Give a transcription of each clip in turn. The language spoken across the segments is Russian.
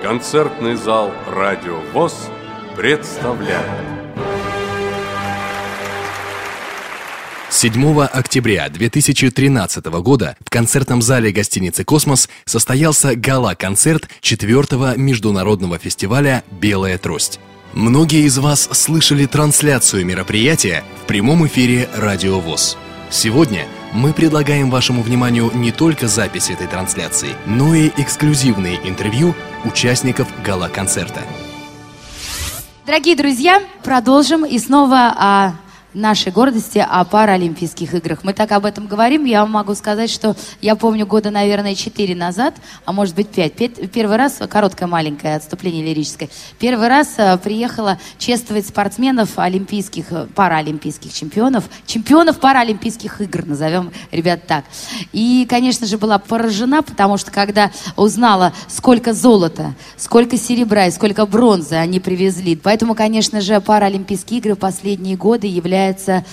Концертный зал «Радио ВОС» представляет. 7 октября 2013 года в концертном зале гостиницы «Космос» состоялся гала-концерт 4-го международного фестиваля «Белая трость». Многие из вас слышали трансляцию мероприятия в прямом эфире «Радио ВОС». Сегодня мы предлагаем вашему вниманию не только запись этой трансляции, но и эксклюзивные интервью участников гала-концерта. Дорогие друзья, продолжим и снова о нашей гордости, о Паралимпийских играх. Мы так об этом говорим, я вам могу сказать, что я помню года, наверное, 4 назад, а может быть 5. Первый раз, короткое маленькое отступление лирическое, первый раз приехала чествовать спортсменов олимпийских, паралимпийских чемпионов Паралимпийских игр, назовем ребят так. И, конечно же, была поражена, потому что когда узнала, сколько золота, сколько серебра и сколько бронзы они привезли, поэтому, конечно же, Паралимпийские игры в последние годы являются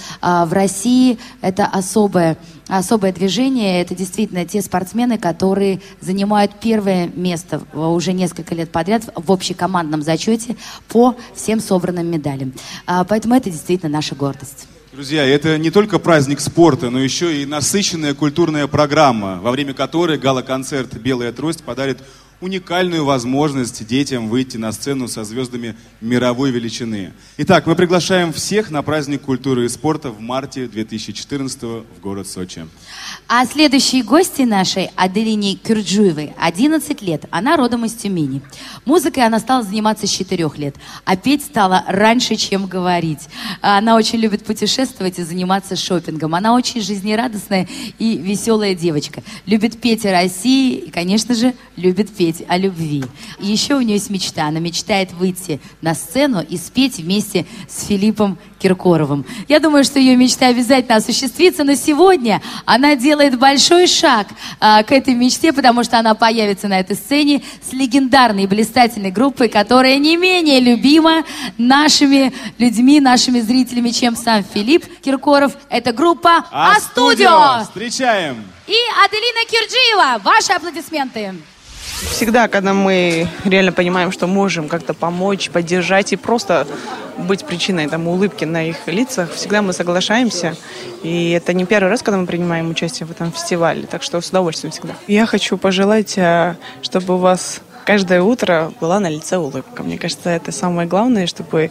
в России, это особое движение, это действительно те спортсмены, которые занимают первое место уже несколько лет подряд в общекомандном зачете по всем собранным медалям. Поэтому это действительно наша гордость. Друзья, это не только праздник спорта, но еще и насыщенная культурная программа, во время которой гала-концерт «Белая трость» подарит уникальную возможность детям выйти на сцену со звездами мировой величины. Итак, мы приглашаем всех на праздник культуры и спорта в марте 2014 в город Сочи. А следующие гости нашей Аделине Кюрджуевой, 11 лет, она родом из Тюмени. Музыкой она стала заниматься с 4 лет, а петь стала раньше, чем говорить. Она очень любит путешествовать и заниматься шопингом. Она очень жизнерадостная и веселая девочка. Любит петь о России и, конечно же, любит петь о любви. И еще у нее есть мечта. Она мечтает выйти на сцену и спеть вместе с Филиппом Киркоровым. Я думаю, что ее мечта обязательно осуществится, но сегодня она делает большой шаг к этой мечте, потому что она появится на этой сцене с легендарной и блистательной группой, которая не менее любима нашими людьми, нашими зрителями, чем сам Филипп Киркоров. Это группа А-Студио. Встречаем! И Аделина Кюрджуева. Ваши аплодисменты. Всегда, когда мы реально понимаем, что можем как-то помочь, поддержать и просто быть причиной улыбки на их лицах, всегда мы соглашаемся. И это не первый раз, когда мы принимаем участие в этом фестивале, так что с удовольствием всегда. Я хочу пожелать, чтобы у вас каждое утро была на лице улыбка. Мне кажется, это самое главное, чтобы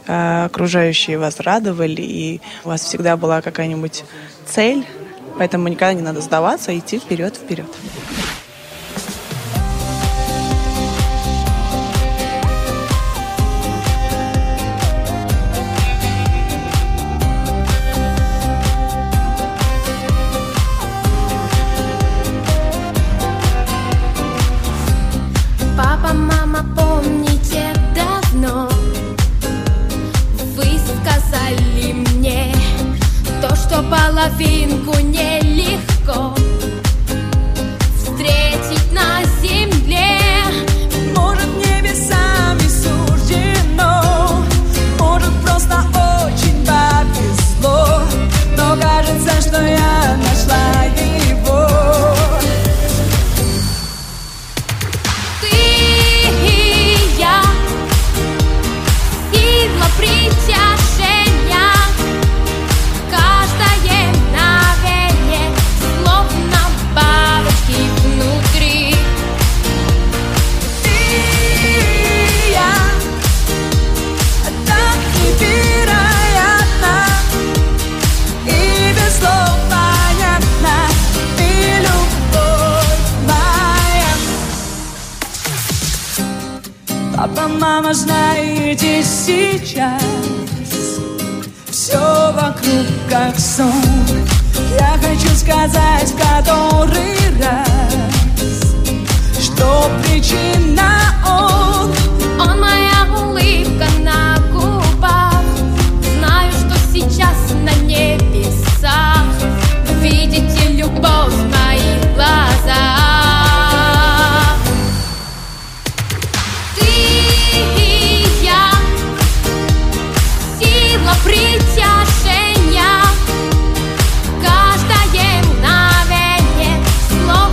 окружающие вас радовали, и у вас всегда была какая-нибудь цель, поэтому никогда не надо сдаваться, а идти вперед. Папа, мама, помните давно вы сказали мне то, что половинку нелегко встретить на земле. Может, небесами суждено, может, просто очень повезло, но кажется, что я нашла его. Притяжения, каждое мгновение, словно бабочки внутри. Ты и я, так невероятно и без слов понятно, ты любовь моя. Папа, мама, знаете, сейчас все вокруг как сон. Я хочу сказать в который раз, что причина Он моя улыбка на губах. Знаю, что сейчас на небесах видите любовь в моих глазах. Ты и я, сила притяжения, каждое мгновение, словно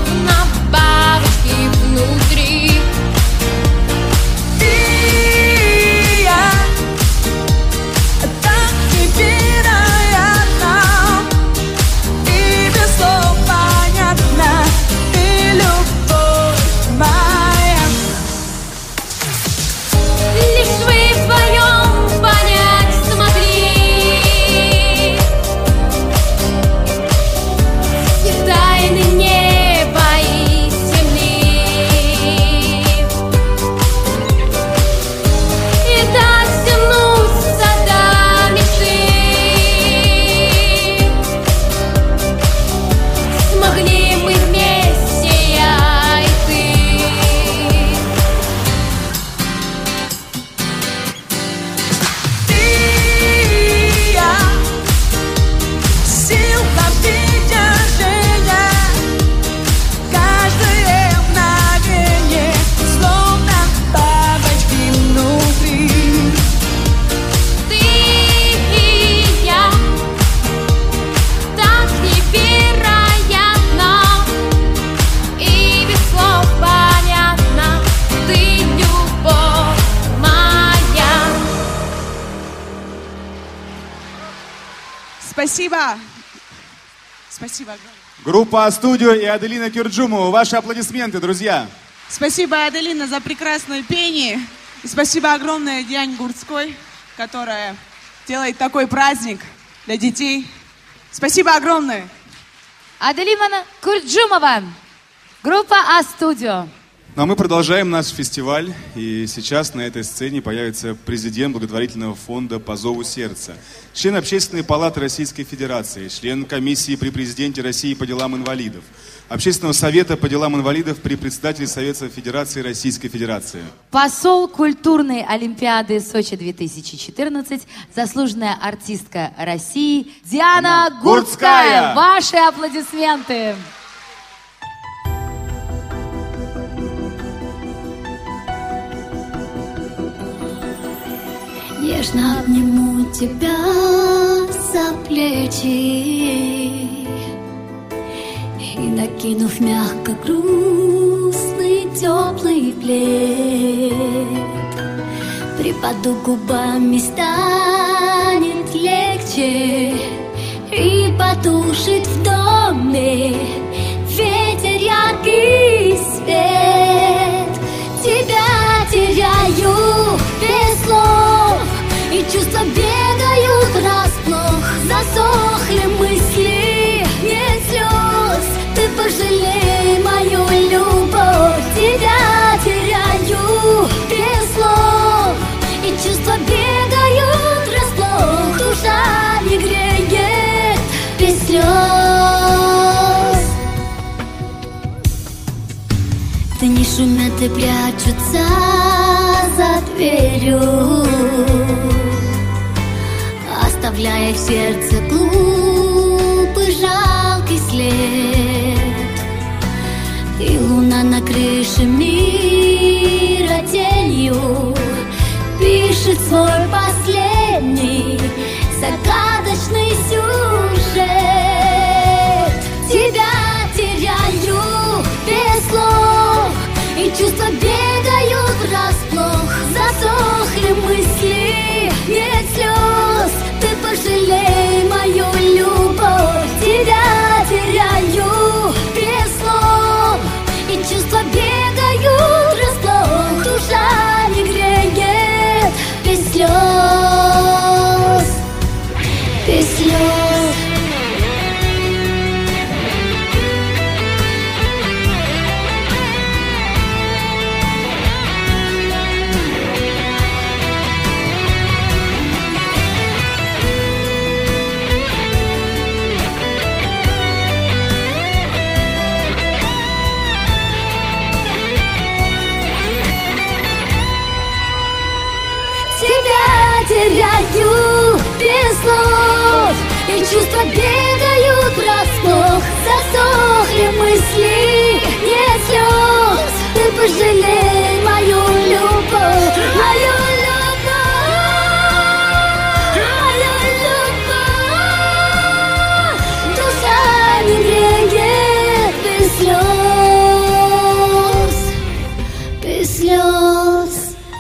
Спасибо. Спасибо огромное. Группа А-студио и Аделина Кюрджумова. Ваши аплодисменты, друзья. Спасибо, Аделина, за прекрасное пение. И спасибо огромное Диане Гурцкой, которая делает такой праздник для детей. Спасибо огромное. Аделина Курджумова, группа А-студио. Ну а мы продолжаем наш фестиваль. И сейчас на этой сцене появится президент благотворительного фонда «По зову сердца», член Общественной палаты Российской Федерации, член комиссии при президенте России по делам инвалидов, Общественного совета по делам инвалидов при председателе Совета Федерации Российской Федерации. Посол культурной олимпиады Сочи 2014, заслуженная артистка России Диана Гурцкая. Ваши аплодисменты. Нежно обниму тебя за плечи и, накинув мягко грустный теплый плед, припаду губами, станет легче и потушит в доме ветер яркий свет. Тебя теряю без слов, и чувства бегают врасплох. Засохли мысли, нет слез. Ты пожалей мою любовь. Тебя теряю без слов, и чувства бегают врасплох. Душа не греет без слез. Дни шумят и прячутся за дверью, оставляя в сердце глупый жалкий след. И луна на крыше мира тенью пишет свой последний загадочный сюжет. Тебя теряю без слов, и чувства бегают врасплох. Засохли мысли, нет слез. Ты пожалей мою любовь. Тебя теряю без слов, и чувства бегают врасплох. Душа не греет без слез, без слез. Теряю без слов, и чувства бегают врасплох. Засохли мысли, нет слез. Ты пожалей мою любовь, мою любовь, мою любовь. Душа не греет без слез, без слез.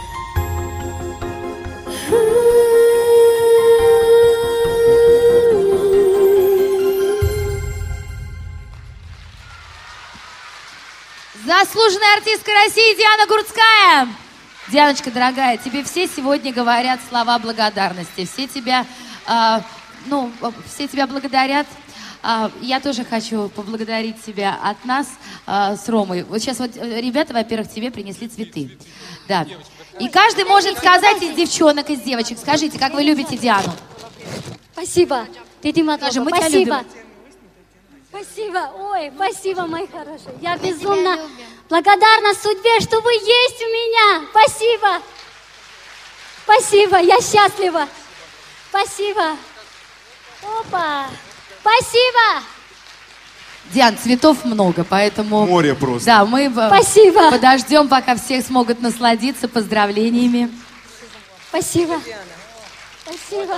Заслуженная артистка России Диана Гурцкая. Дианочка, дорогая, тебе все сегодня говорят слова благодарности. Все тебя, все тебя благодарят. Я тоже хочу поблагодарить тебя от нас с Ромой. Вот сейчас вот ребята, во-первых, тебе принесли цветы. Да. И каждый может сказать из девчонок, из девочек. Скажите, как вы любите Диану? Спасибо. Ты Матвеева, мы тебя спасибо. любим. Спасибо. Ой, спасибо, мои хорошие. Я безумно благодарна судьбе, что вы есть у меня. Спасибо. Спасибо, я счастлива. Спасибо. Опа. Спасибо. Диан, цветов много, поэтому... Море просто. Да, мы Спасибо. подождем, пока все смогут насладиться поздравлениями. Спасибо. Спасибо.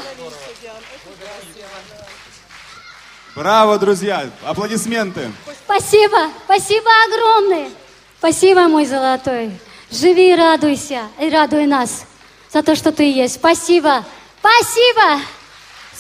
Браво, друзья! Аплодисменты! Спасибо. Спасибо огромное. Спасибо, мой золотой. Живи и радуйся. И радуй нас за то, что ты есть. Спасибо. Спасибо.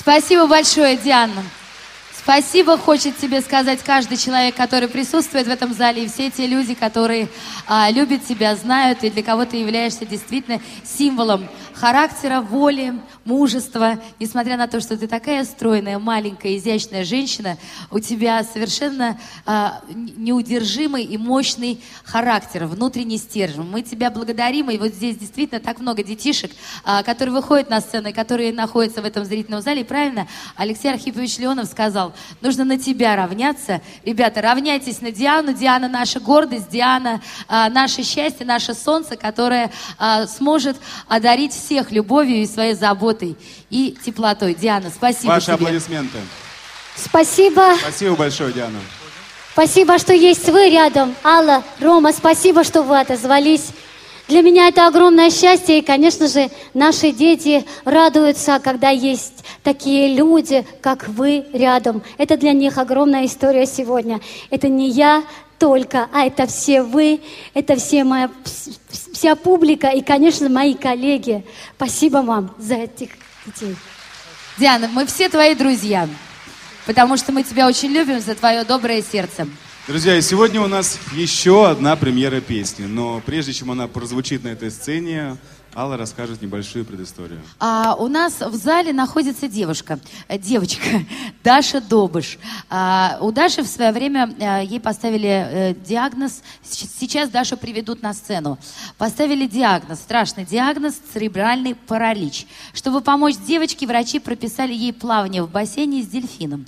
Спасибо большое, Диана. Спасибо хочет тебе сказать каждый человек, который присутствует в этом зале, и все те люди, которые любят тебя, знают, и для кого ты являешься действительно символом характера, воли, мужества. Несмотря на то, что ты такая стройная, маленькая, изящная женщина, у тебя совершенно неудержимый и мощный характер, внутренний стержень. Мы тебя благодарим, и вот здесь действительно так много детишек, которые выходят на сцену, и которые находятся в этом зрительном зале. И правильно Алексей Архипович Леонов сказал, нужно на тебя равняться. Ребята, равняйтесь на Диану. Диана наша гордость, Диана наше счастье, наше солнце, которое сможет одарить всех любовью и своей заботой и теплотой. Диана, спасибо Ваши тебе. аплодисменты. Спасибо. Спасибо большое, Диана. Спасибо, что есть вы рядом. Алла, Рома, спасибо, что вы отозвались. Для меня это огромное счастье, и, конечно же, наши дети радуются, когда есть такие люди, как вы, рядом. Это для них огромная история сегодня. Это не я только, а это все вы, это вся публика и, конечно, мои коллеги. Спасибо вам за этих детей. Диана, мы все твои друзья, потому что мы тебя очень любим за твое доброе сердце. Друзья, и сегодня у нас еще одна премьера песни. Но прежде чем она прозвучит на этой сцене, Алла расскажет небольшую предысторию. У нас в зале находится девочка, Даша Добыш. У Даши в свое время ей поставили диагноз, сейчас Дашу приведут на сцену. Поставили диагноз, страшный диагноз, церебральный паралич. Чтобы помочь девочке, врачи прописали ей плавание в бассейне с дельфином.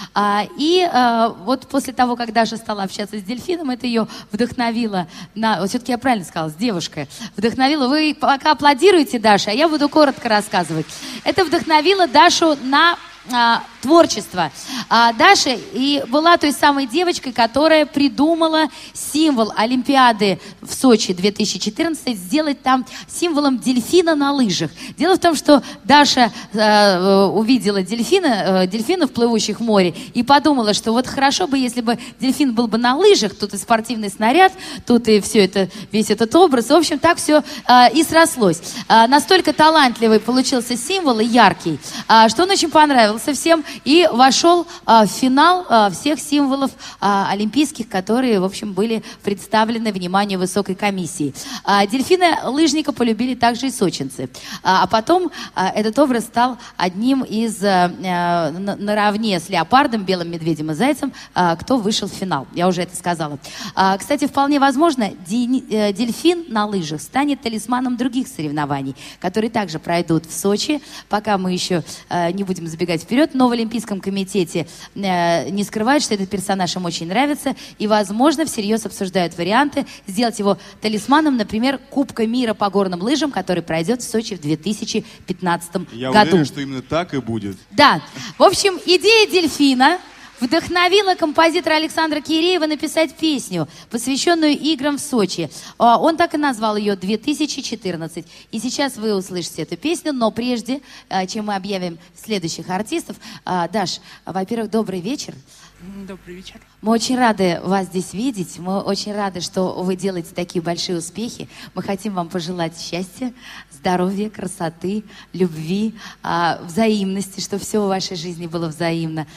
Вот после того, как Даша стала общаться с дельфином, это ее вдохновило, все-таки я правильно сказала, с девушкой, вдохновило, вы пока аплодируйте, Даша, а я буду коротко рассказывать. Это вдохновило Дашу на творчество. Даша и была той самой девочкой, которая придумала символ Олимпиады в Сочи 2014, сделать там символом дельфина на лыжах. Дело в том, что Даша увидела дельфинов, плывущих в море, и подумала, что вот хорошо бы, если бы дельфин был бы на лыжах, тут и спортивный снаряд, тут и все это, весь этот образ. В общем, так все и срослось. Настолько талантливый получился символ и яркий, что он очень понравился всем и вошел в финал всех символов олимпийских, которые, в общем, были представлены вниманию высокой комиссии. Дельфина-лыжника полюбили также и сочинцы. А потом этот образ стал одним из, наравне с леопардом, белым медведем и зайцем, кто вышел в финал. Я уже это сказала. Кстати, вполне возможно, дельфин на лыжах станет талисманом других соревнований, которые также пройдут в Сочи, пока мы еще не будем забегать вперед, но в Олимпийском комитете не скрывают, что этот персонаж им очень нравится, и, возможно, всерьез обсуждают варианты сделать его талисманом, например, Кубка мира по горным лыжам, который пройдет в Сочи в 2015 году. Я уверен, что именно так и будет. Да. В общем, идея дельфина вдохновила композитора Александра Киреева написать песню, посвященную играм в Сочи. Он так и назвал ее «2014». И сейчас вы услышите эту песню, но прежде, чем мы объявим следующих артистов, Даш, во-первых, добрый вечер. Добрый вечер. Мы очень рады вас здесь видеть. Мы очень рады, что вы делаете такие большие успехи. Мы хотим вам пожелать счастья, здоровья, красоты, любви, взаимности, чтобы все в вашей жизни было взаимно.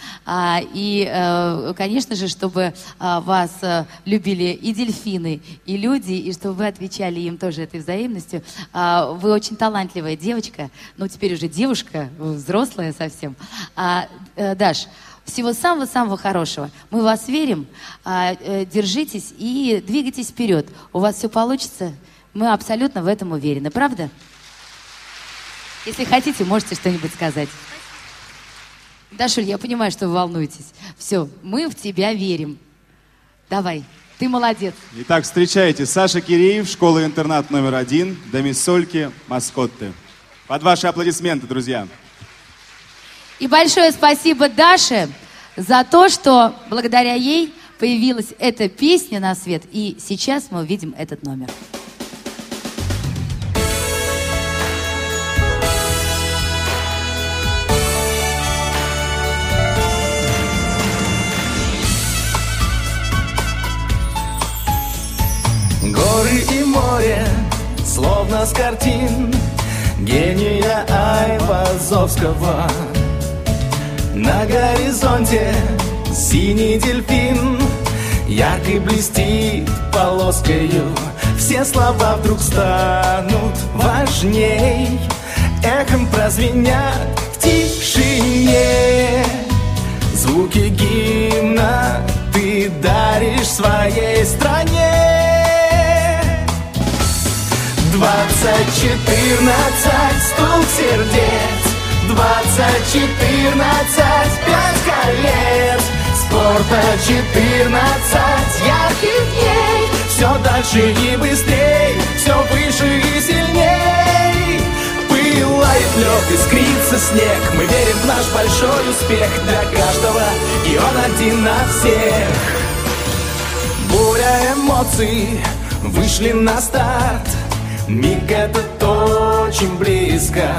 И, конечно же, чтобы вас любили и дельфины, и люди, и чтобы вы отвечали им тоже этой взаимностью. Вы очень талантливая девочка, ну теперь уже девушка, взрослая совсем. Даш, всего самого-самого хорошего. Мы в вас верим. Держитесь и двигайтесь вперед. У вас все получится. Мы абсолютно в этом уверены. Правда? Если хотите, можете что-нибудь сказать. Дашуль, я понимаю, что вы волнуетесь. Все, мы в тебя верим. Давай, ты молодец. Итак, встречайте, Саша Киреев, школа-интернат номер 1, Домиссольки, Маскотты. Под ваши аплодисменты, друзья. И большое спасибо Даше за то, что благодаря ей появилась эта песня на свет. И сейчас мы увидим этот номер. Горы и море, словно с картин гения Айвазовского. На горизонте синий дельфин яркой блестит полоскою. Все слова вдруг станут важней, эхом прозвенят в тишине. Звуки гимна ты даришь своей стране. 2014, стук сердец, 2014, 5 колец, спорта 14, ярких дней. Все дальше и быстрей, все выше и сильней. Пылает лед, искрится снег, мы верим в наш большой успех для каждого, и он один на всех. Буря эмоций вышли на старт, миг этот очень близко.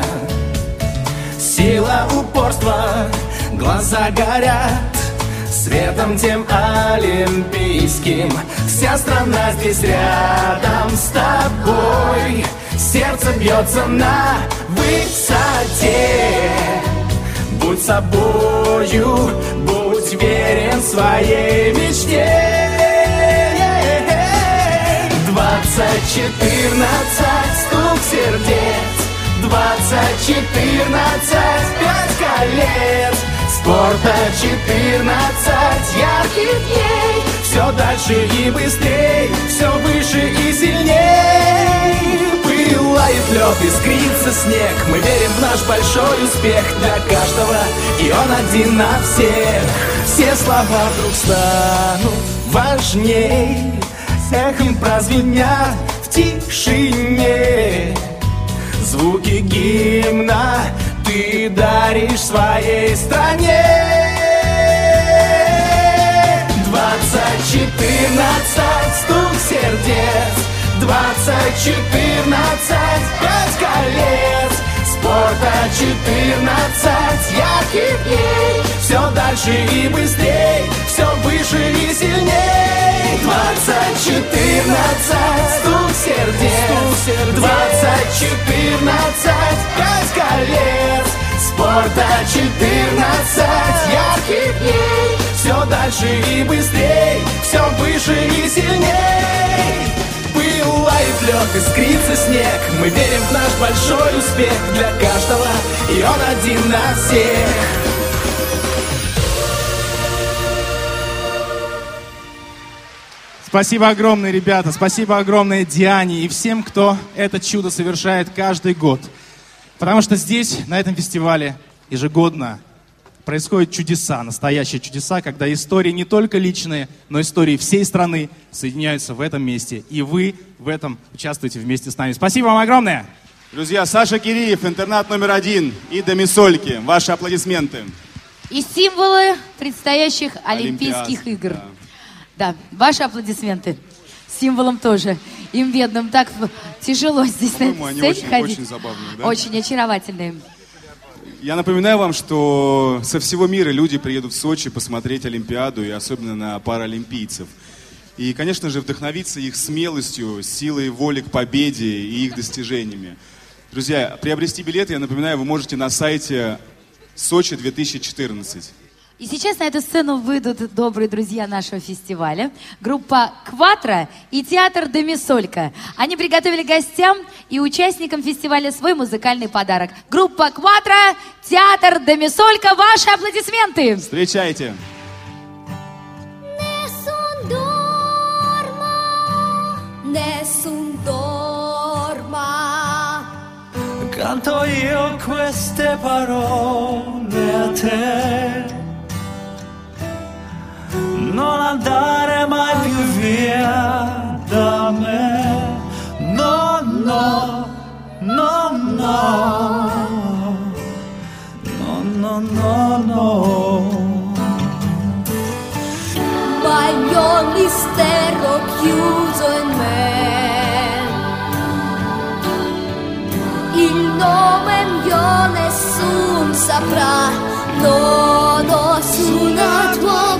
Сила упорства, глаза горят светом тем олимпийским. Вся страна здесь рядом с тобой, сердце бьется на высоте. Будь собою, будь верен своей мечте. 2014, стук сердец, 2014, 5 колец, спорта 14, ярких дней. Все дальше и быстрей, все выше и сильней. Пылает лед, искрится снег, мы верим в наш большой успех для каждого, и он один на всех. Все слова вдруг станут важней, эхом прозвенят в тишине. Звуки гимна ты даришь своей стране. 2014, стук сердец, 2014, 5 колец, спорта 14, ярких дней. Все дальше и быстрей, все выше и сильней. 2014, стук сердец, 2014, 5 колец, спорта 14, ярких дней. Все дальше и быстрей, все выше и сильней. Пылает лед, искрится снег, мы верим в наш большой успех для каждого, и он один на всех. Спасибо огромное, ребята, спасибо огромное Диане и всем, кто это чудо совершает каждый год. Потому что здесь, на этом фестивале, ежегодно происходят чудеса, настоящие чудеса, когда истории не только личные, но истории всей страны соединяются в этом месте. И вы в этом участвуете вместе с нами. Спасибо вам огромное! Друзья, Саша Киреев, интернат номер 1 и Домисольки. Ваши аплодисменты. И символы предстоящих Олимпийских игр. Да, ваши аплодисменты. Символом тоже. Им, бедным, так тяжело здесь на сцене ходить. Очень забавные, да? Очень очаровательные. Я напоминаю вам, что со всего мира люди приедут в Сочи посмотреть Олимпиаду, и особенно на паралимпийцев. И, конечно же, вдохновиться их смелостью, силой воли к победе и их достижениями. Друзья, приобрести билеты, я напоминаю, вы можете на сайте Сочи 2014. И сейчас на эту сцену выйдут добрые друзья нашего фестиваля, группа «Кватро» и театр «Домисолька». Они приготовили гостям и участникам фестиваля свой музыкальный подарок. Группа «Кватро», театр «Домисолька». Ваши аплодисменты! Встречайте! Nessun dorma. Canto io queste parole a te. Non andare mai più via da me. No, no, no, no. No, no, no, no. Ma il mio mistero chiuso in me, il nome mio nessun saprà, no, no, sulla tua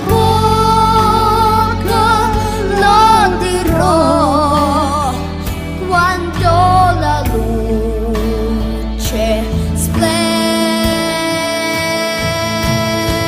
bocca lo dirò quando la luce splende.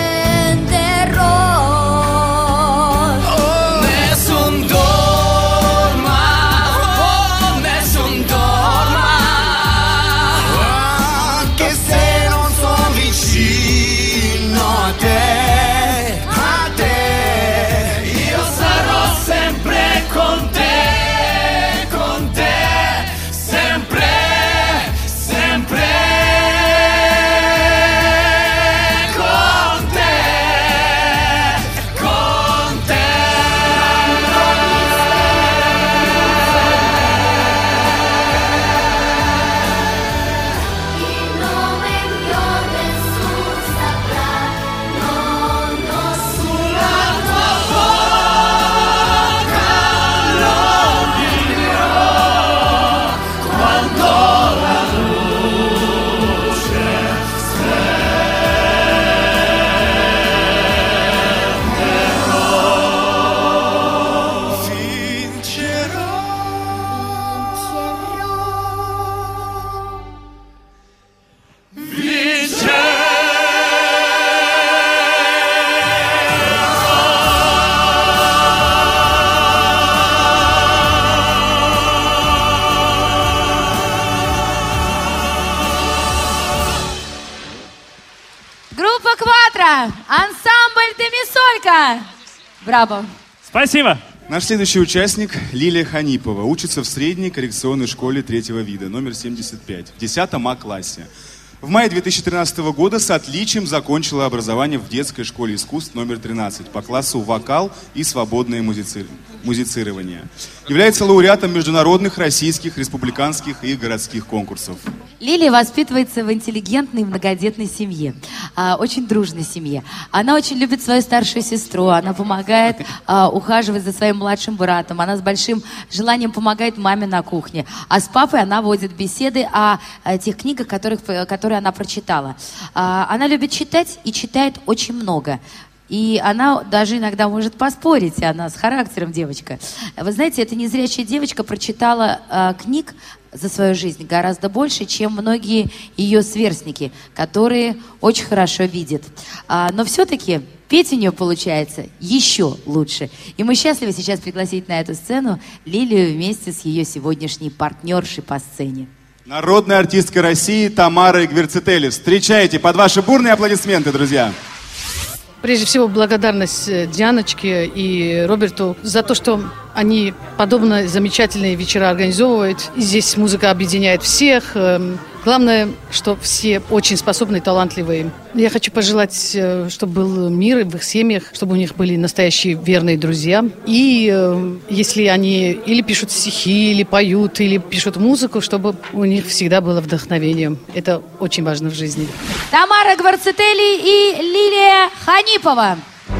Лиля! Браво! Спасибо! Наш следующий участник Лилия Ханипова. Учится в средней коррекционной школе третьего вида, номер 75, в 10 А-классе. В мае 2013 года с отличием закончила образование в детской школе искусств номер 13 по классу вокал и свободное музицирование. Является лауреатом международных, российских, республиканских и городских конкурсов. Лилия воспитывается в интеллигентной многодетной семье, очень дружной семье. Она очень любит свою старшую сестру, она помогает ухаживать за своим младшим братом, она с большим желанием помогает маме на кухне. А с папой она водит беседы о тех книгах, которые она прочитала. Она любит читать и читает очень много. И она даже иногда может поспорить, она с характером девочка. Вы знаете, эта незрячая девочка прочитала книг за свою жизнь гораздо больше, чем многие ее сверстники, которые очень хорошо видят. Но все-таки петь у нее получается еще лучше. И мы счастливы сейчас пригласить на эту сцену Лилию вместе с ее сегодняшней партнершей по сцене. Народная артистка России Тамара Гверцетели. Встречайте под ваши бурные аплодисменты, друзья. Прежде всего, благодарность Дианочке и Роберту за то, что они подобно замечательные вечера организовывают. И здесь музыка объединяет всех. Главное, что все очень способные, талантливые. Я хочу пожелать, чтобы был мир в их семьях, чтобы у них были настоящие верные друзья. И если они или пишут стихи, или поют, или пишут музыку, чтобы у них всегда было вдохновение. Это очень важно в жизни. Тамара Гверцетели и Лилия Ханипова.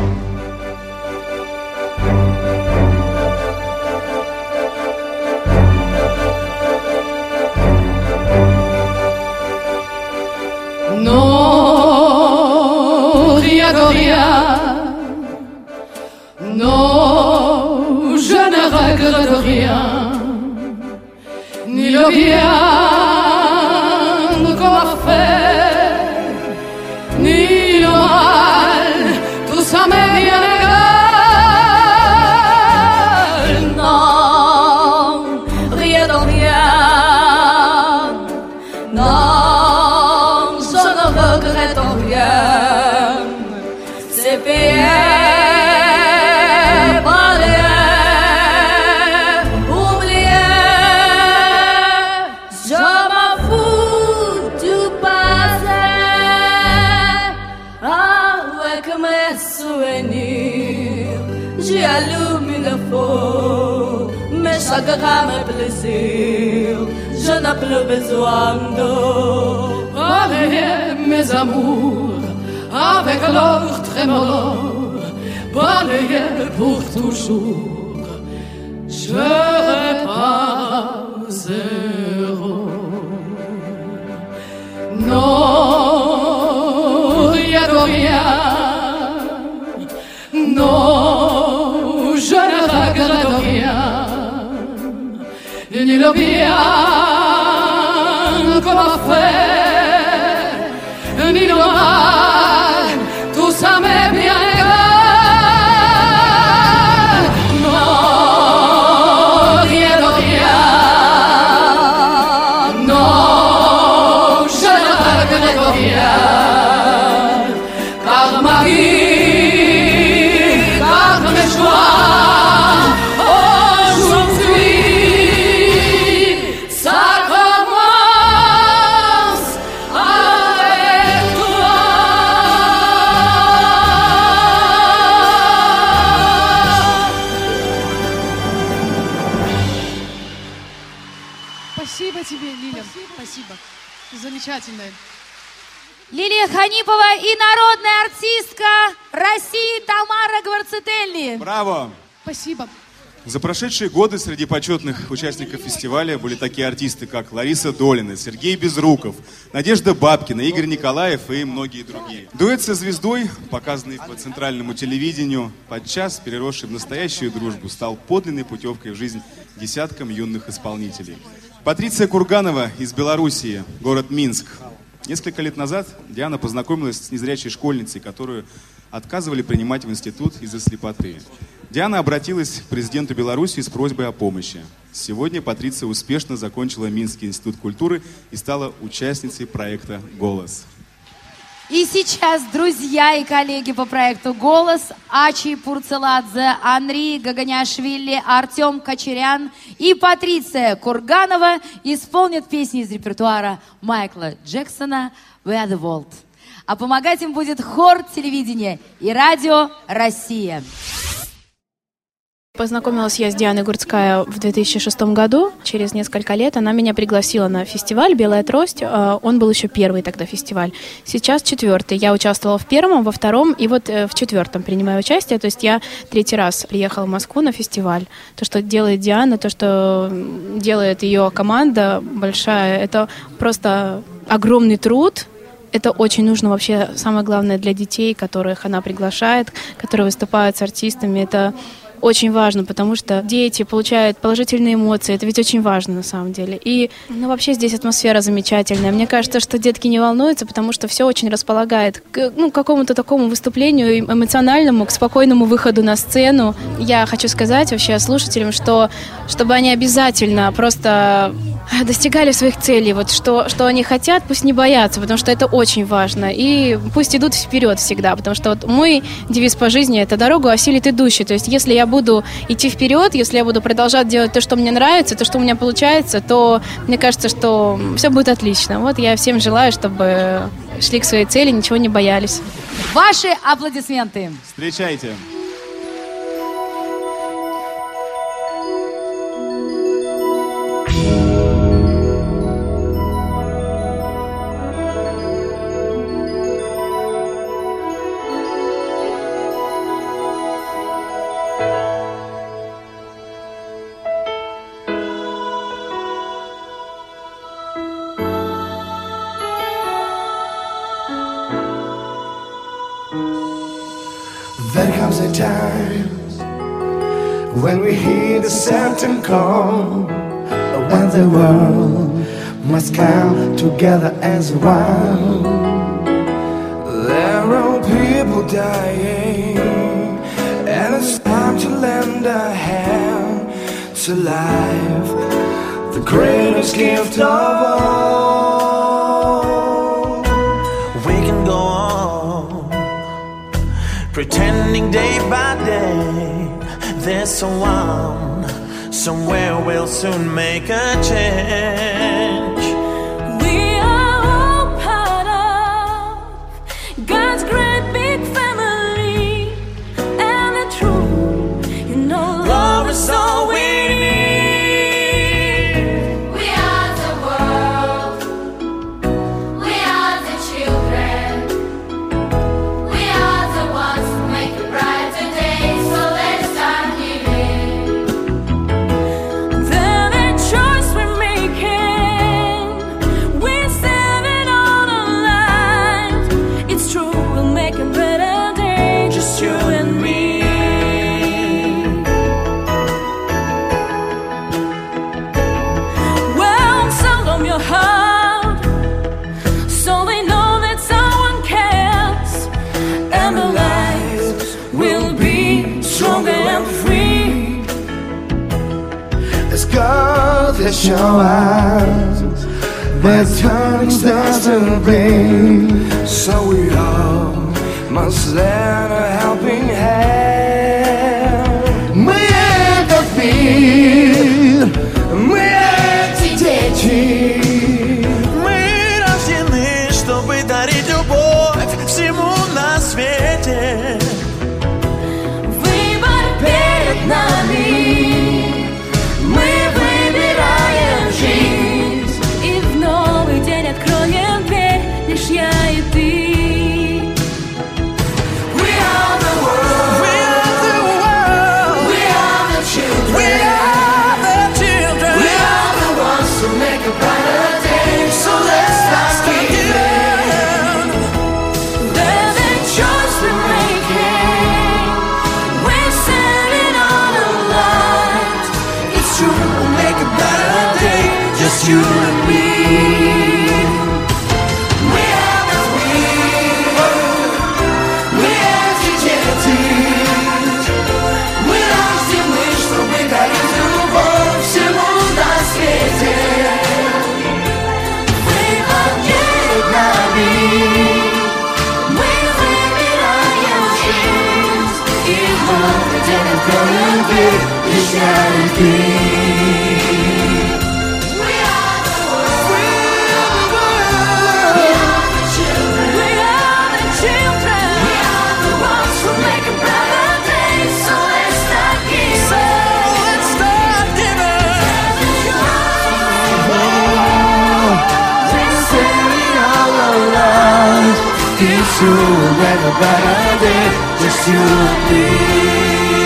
Non, rien de rien. Non, je ne regrette rien. Ni le bien qu'on m'a fait, ni le mal, tout ça m'est bien égal. Non, rien de rien. Non. C'est payé par oublié. Je m'en fous du passé. Avec mes souvenirs, j'y allume le feu. Mes chagrins, mes plaisirs, je n'ai plus besoin d'eau. Allez, mes amours, avec leur trémolo, balayez pour toujours, je repars à zéro. Non, rien de rien. Non, je ne regrette rien. Ni le bien qu'on m'a fait, ni le mal, tout ça m'est bien égal. Non, rien de rien. Non, je ne regrette rien. Car ma vie, car mes joies, aujourd'hui, ça commence avec toi. Спасибо тебе, Лиля. Спасибо. Замечательно. Лилия Ханипова и народная артистка России Тамара Гверцетели. Браво! Спасибо. За прошедшие годы среди почетных участников фестиваля были такие артисты, как Лариса Долина, Сергей Безруков, Надежда Бабкина, Игорь Николаев и многие другие. Дуэт со звездой, показанный по центральному телевидению, подчас переросший в настоящую дружбу, стал подлинной путевкой в жизнь десяткам юных исполнителей. Патриция Курганова из Белоруссии, город Минск. Несколько лет назад Диана познакомилась с незрячей школьницей, которую отказывали принимать в институт из-за слепоты. Диана обратилась к президенту Беларуси с просьбой о помощи. Сегодня Патриция успешно закончила Минский институт культуры и стала участницей проекта «Голос». И сейчас друзья и коллеги по проекту «Голос» Ачи Пурцеладзе, Анри Гаганяшвили, Артем Кочерян и Патриция Курганова исполнят песни из репертуара Майкла Джексона «We are the world». А помогать им будет хор телевидения и радио «Россия». Познакомилась я с Дианой Гурцкая в 2006 году. Через несколько лет она меня пригласила на фестиваль «Белая трость». Он был еще первый тогда фестиваль. Сейчас 4-й. Я участвовала в первом, во втором и вот в 4-м принимаю участие. То есть я 3-й раз приехала в Москву на фестиваль. То, что делает Диана, то, что делает ее команда большая, это просто огромный труд. Это очень нужно вообще, самое главное, для детей, которых она приглашает, которые выступают с артистами. Это очень важно, потому что дети получают положительные эмоции. Это ведь очень важно на самом деле. И вообще здесь атмосфера замечательная. Мне кажется, что детки не волнуются, потому что все очень располагает к какому-то такому выступлению эмоциональному, к спокойному выходу на сцену. Я хочу сказать вообще слушателям, что чтобы они обязательно просто достигали своих целей. Вот что они хотят, пусть не боятся, потому что это очень важно. И пусть идут вперед всегда, потому что вот мой девиз по жизни — это «Дорогу осилит идущий». То есть если я буду идти вперед, если я буду продолжать делать то, что мне нравится, то, что у меня получается, то мне кажется, что все будет отлично. Вот я всем желаю, чтобы шли к своей цели, ничего не боялись. Ваши аплодисменты. Встречайте. There comes a time when we hear the certain call, when the world must come together as one. There are people dying, and it's time to lend a hand to life, the greatest gift of all. We can go on pretending day by day there's someone somewhere will soon make a change. We are all part of God's great big family, and the truth, you know, love is all we need. We are the world, we are the children, we are the ones who make a brighter day, so let's start giving. Then the choice we're making, we're saving all our lives. It's true, we'll make a better day, just you and me. Well, sound on your heart, so they know that someone cares, and the lives will be stronger and free. It's God that show us that turning doesn't bring, so we all must lend a helping hand. Мы это мир, мы эти дети. Мы рождены, чтобы дарить любовь всему на свете. Выбор перед нами, мы выбираем жизнь, и в новый день откроем дверь лишь я и ты. We are the world, We are the world, we are the children, we are the children. we are the ones who make a brighter day, so let's start giving. They're the choice we're making, we're saving all our lives. It's true, we'll make a better day, just you and me. We are the world, we are the children, we рождены, чтобы дарить любовь всему на свете. Выбор перед нами, дверь песня любви. It's you and a better day, just you and me.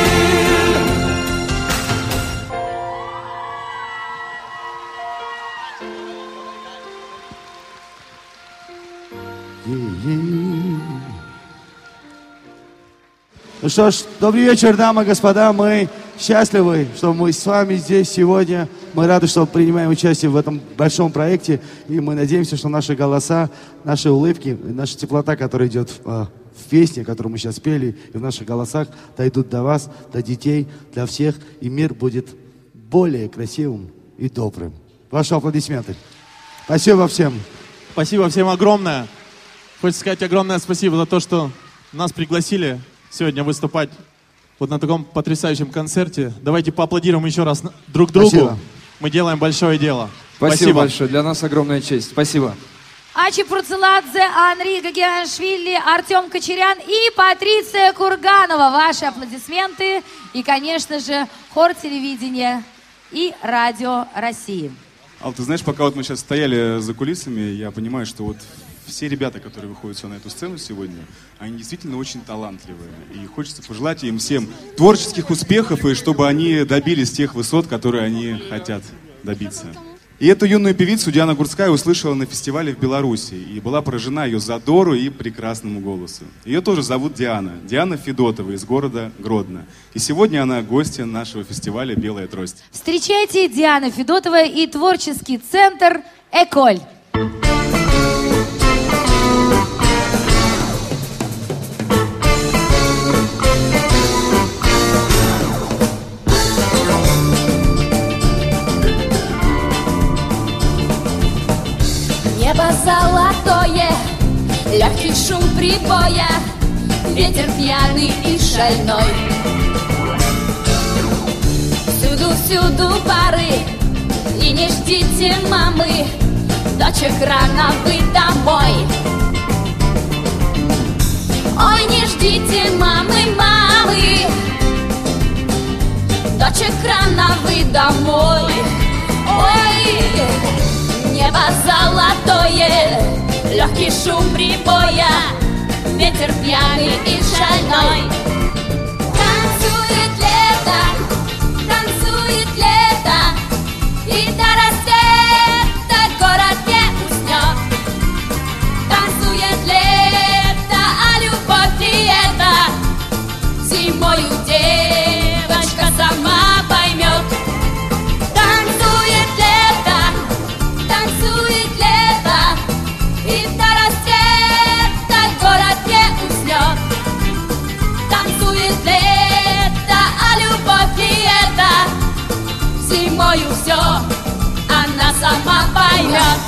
Ну что ж, добрый вечер, дамы и господа. Мы счастливы, что мы с вами здесь сегодня. Мы рады, что принимаем участие в этом большом проекте. И мы надеемся, что наши голоса, наши улыбки, наша теплота, которая идет в песне, которую мы сейчас пели, и в наших голосах, дойдут до вас, до детей, для всех. И мир будет более красивым и добрым. Ваши аплодисменты. Спасибо всем. Спасибо всем огромное. Хочется сказать огромное спасибо за то, что нас пригласили сегодня выступать вот на таком потрясающем концерте. Давайте поаплодируем еще раз друг другу. Спасибо. Мы делаем большое дело. Спасибо большое. Для нас огромная честь. Спасибо. Ачи Пруцеладзе, Анри Гагиашвили, Артем Кочерян и Патриция Курганова. Ваши аплодисменты. И, конечно же, хор телевидения и радио России. Ал, ты знаешь, пока вот мы сейчас стояли за кулисами, я понимаю, что вот все ребята, которые выходят на эту сцену сегодня, они действительно очень талантливые. И хочется пожелать им всем творческих успехов, и чтобы они добились тех высот, которые они хотят добиться. И эту юную певицу Диана Гурцкая услышала на фестивале в Беларуси и была поражена ее задору и прекрасному голосу. Ее тоже зовут Диана. Диана Федотова из города Гродно. И сегодня она гостья нашего фестиваля «Белая трость». Встречайте Диана Федотова и творческий центр «Эколь». Небо золотое, легкий шум прибоя, ветер пьяный и шальной. Всюду пары, и не ждите мамы, дочек рано вы домой. Ой, не ждите мамы, дочек рано вы домой. Ой, небо золотое, легкий шум прибоя, ветер пьяный и шальной. Танцует лето, и до рассвета город не уснет. Танцует лето, а любовь и это зимою девочка сама поймет. Танцует лето, и до рассвета город не уснет. Танцует лето, а любовь и это зимою все она сама поймет.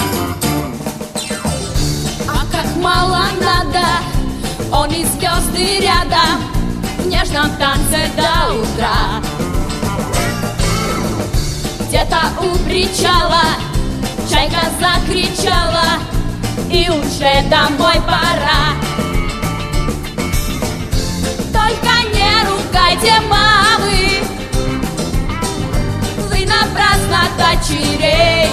А как мало надо, он и звезды рядом в нежном танце до утра. Где-то у причала чайка закричала, и уже домой пора. Только не ругайте мамы, вы напрасно дочерей.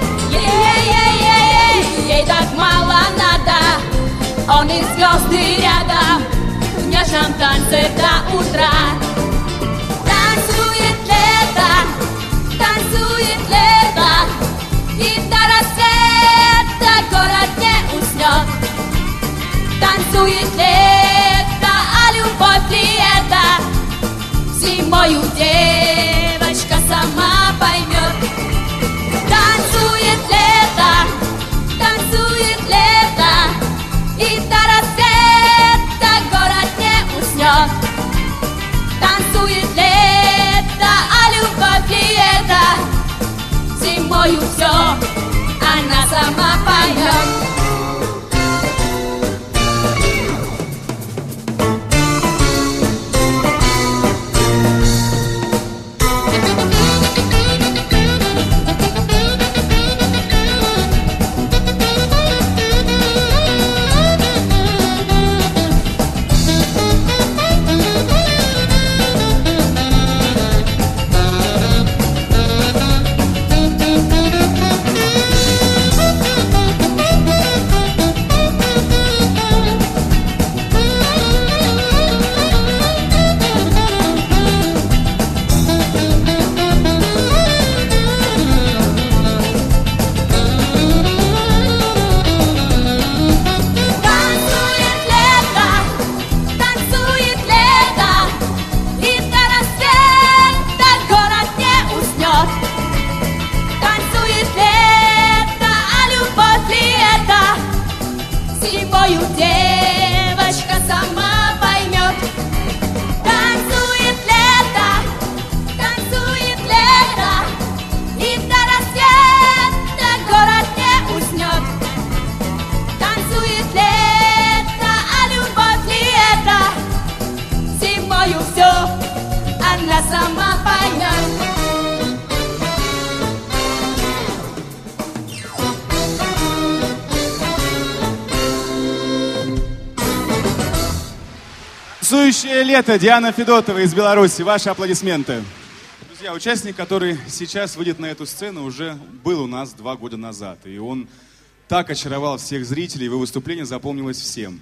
Ей так мало надо, он и звезды рядом в нежном танце до утра. Танцует лето, и до рассвета город не уснет. Танцует лето, а любовь ли это зимою девочка сама поймет. Танцует лето, и до рассвета город не уснет. Танцующее лето. Диана Федотова из Беларуси. Ваши аплодисменты. Друзья, участник, который сейчас выйдет на эту сцену, уже был у нас 2 года назад. И он так очаровал всех зрителей, его выступление запомнилось всем.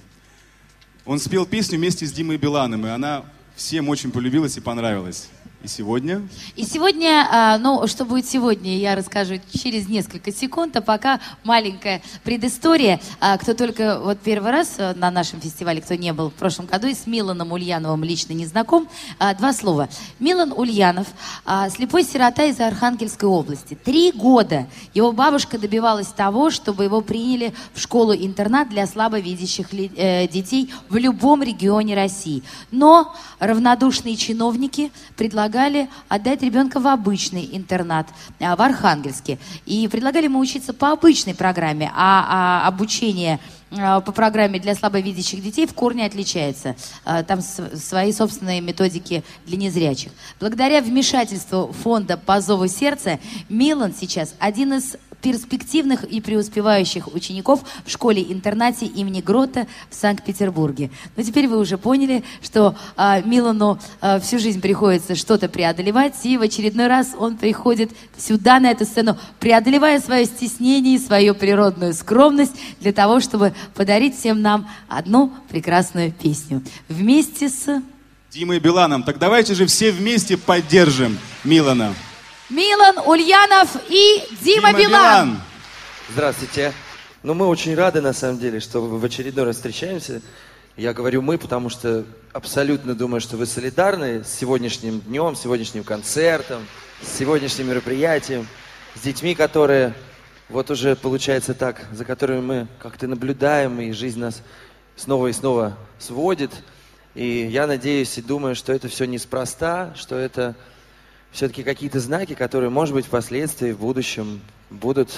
Он спел песню вместе с Димой Биланом, и она всем очень полюбилась и понравилась. И сегодня? И сегодня, ну, что будет сегодня, я расскажу через несколько секунд, а пока маленькая предыстория. Кто только вот первый раз на нашем фестивале, кто не был в прошлом году, и с Миланом Ульяновым лично не знаком, 2 слова. Милан Ульянов, слепой сирота из Архангельской области. 3 года его бабушка добивалась того, чтобы его приняли в школу-интернат для слабовидящих детей в любом регионе России. Но равнодушные чиновники предлагали отдать ребенка в обычный интернат в Архангельске. И предлагали ему учиться по обычной программе, а обучение по программе для слабовидящих детей в корне отличается. Там свои собственные методики для незрячих. Благодаря вмешательству фонда «По зову сердца» Милан сейчас один из перспективных и преуспевающих учеников в школе-интернате имени Грота в Санкт-Петербурге. Но теперь вы уже поняли, что Милану всю жизнь приходится что-то преодолевать, и в очередной раз он приходит сюда, на эту сцену, преодолевая свое стеснение и свою природную скромность для того, чтобы подарить всем нам одну прекрасную песню. Вместе с Димой Биланом. Так давайте же все вместе поддержим Милана. Милан Ульянов и Дима Билан. Здравствуйте. Ну, мы очень рады, на самом деле, что в очередной раз встречаемся. Я говорю «мы», потому что абсолютно думаю, что вы солидарны с сегодняшним днем, с сегодняшним концертом, с сегодняшним мероприятием, с детьми, которые вот уже, получается так, за которыми мы как-то наблюдаем, и жизнь нас снова и снова сводит. И я надеюсь и думаю, что это все неспроста, что это все-таки какие-то знаки, которые, может быть, впоследствии, в будущем будут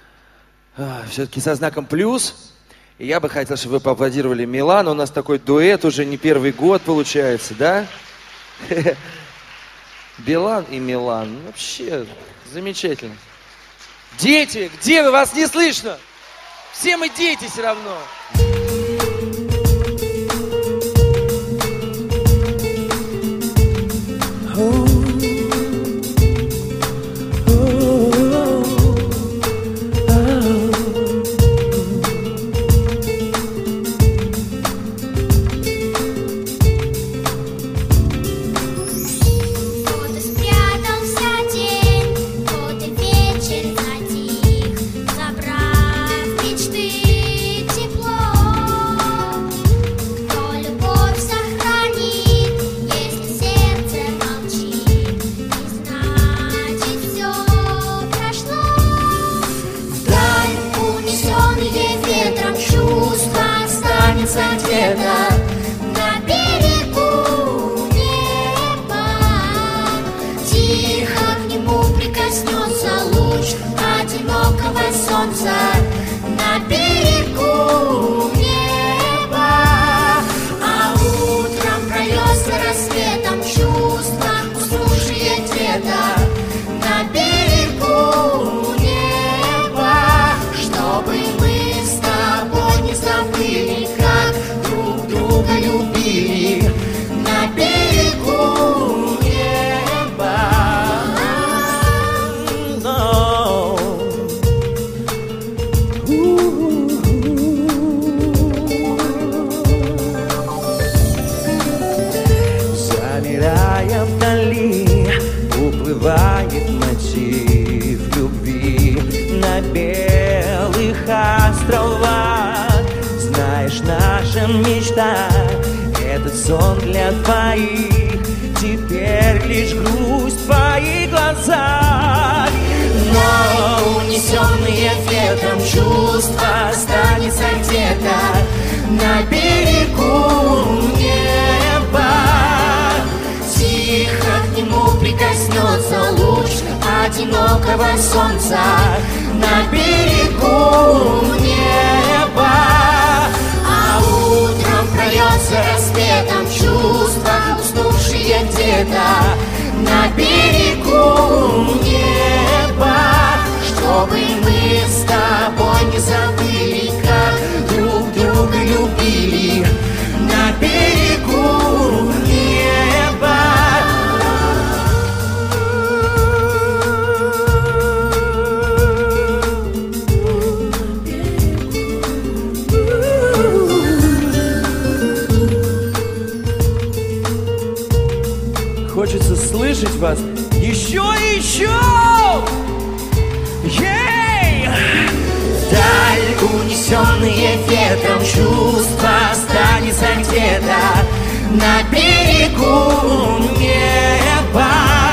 все-таки со знаком плюс. И я бы хотел, чтобы вы поаплодировали Милану. У нас такой дуэт уже не первый год получается, да? Билан и Милан. Вообще замечательно. Дети, где вы? Вас не слышно. Все мы дети все равно. На берегу неба тихо к нему прикоснется луч одинокого солнца. На берегу неба, а утром прольется рассветом чувство уснувшие деда. На берегу неба, чтобы мы с тобой не забыли, друг друга любили. На берегу неба. Замирая вдали, уплывает мотив любви на белых островах. Знаешь, наша мечта, этот сон для твоих, теперь лишь грусть в твоих глазах. Но унесенные ветром чувства останется где-то на берегу неба. Тихо к нему прикоснется луч одинокого солнца. На берегу неба, а утром прольется рассветом чувства уснувшие где-то на берегу неба. Чтобы мы с тобой не забыли, как друг друга любили. На берегу вас. Еще и еще! Ей! Вдаль унесенные ветром чувства останется где-то на берегу неба.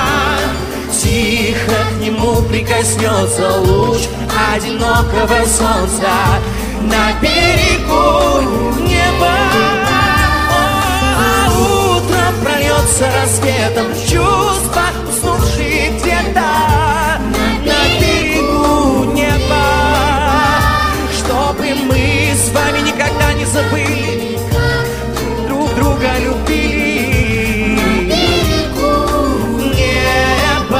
Тихо к нему прикоснется луч одинокого солнца на берегу неба. А утром прольется рассветом чувства, уснувшие где-то на берегу неба. Чтобы мы с вами никогда не забыли, друг друга любили. Небо.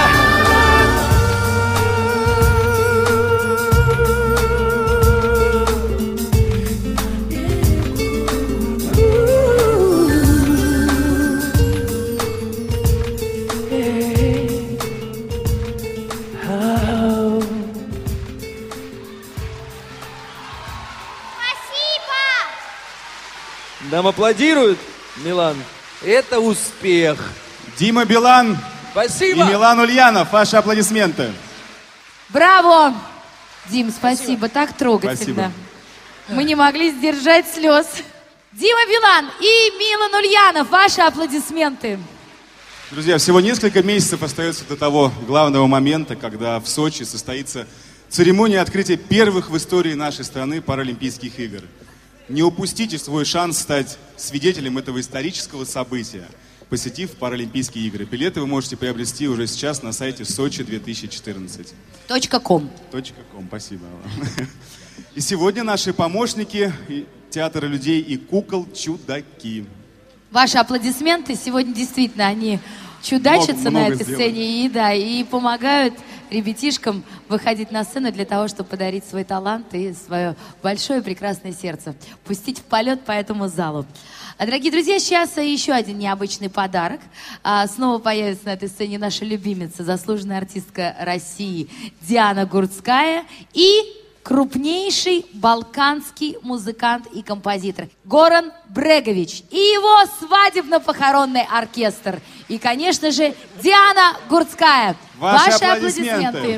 Нам аплодируют, Милан. Это успех. Дима Билан Спасибо. и Милан Ульянов. Ваши аплодисменты. Браво! Дим, спасибо, так трогательно. Спасибо. Мы не могли сдержать слез. Дима Билан и Милан Ульянов, ваши аплодисменты. Друзья, всего несколько месяцев остается до того главного момента, когда в Сочи состоится церемония открытия первых в истории нашей страны Паралимпийских игр. Не упустите свой шанс стать свидетелем этого исторического события, посетив Паралимпийские игры. Билеты вы можете приобрести уже сейчас на сайте Сочи-2014. .com. Спасибо. И сегодня наши помощники театра людей и кукол «Чудаки». Ваши аплодисменты. Сегодня действительно они чудачатся на этой сцене и помогают ребятишкам выходить на сцену для того, чтобы подарить свой талант и свое большое прекрасное сердце, пустить в полет по этому залу. Дорогие друзья, сейчас еще один необычный подарок. Снова появится на этой сцене наша любимица, заслуженная артистка России Диана Гурцкая и крупнейший балканский музыкант и композитор Горан Брегович и его свадебно-похоронный оркестр. И, конечно же, Диана Гурцкая. Ваши аплодисменты.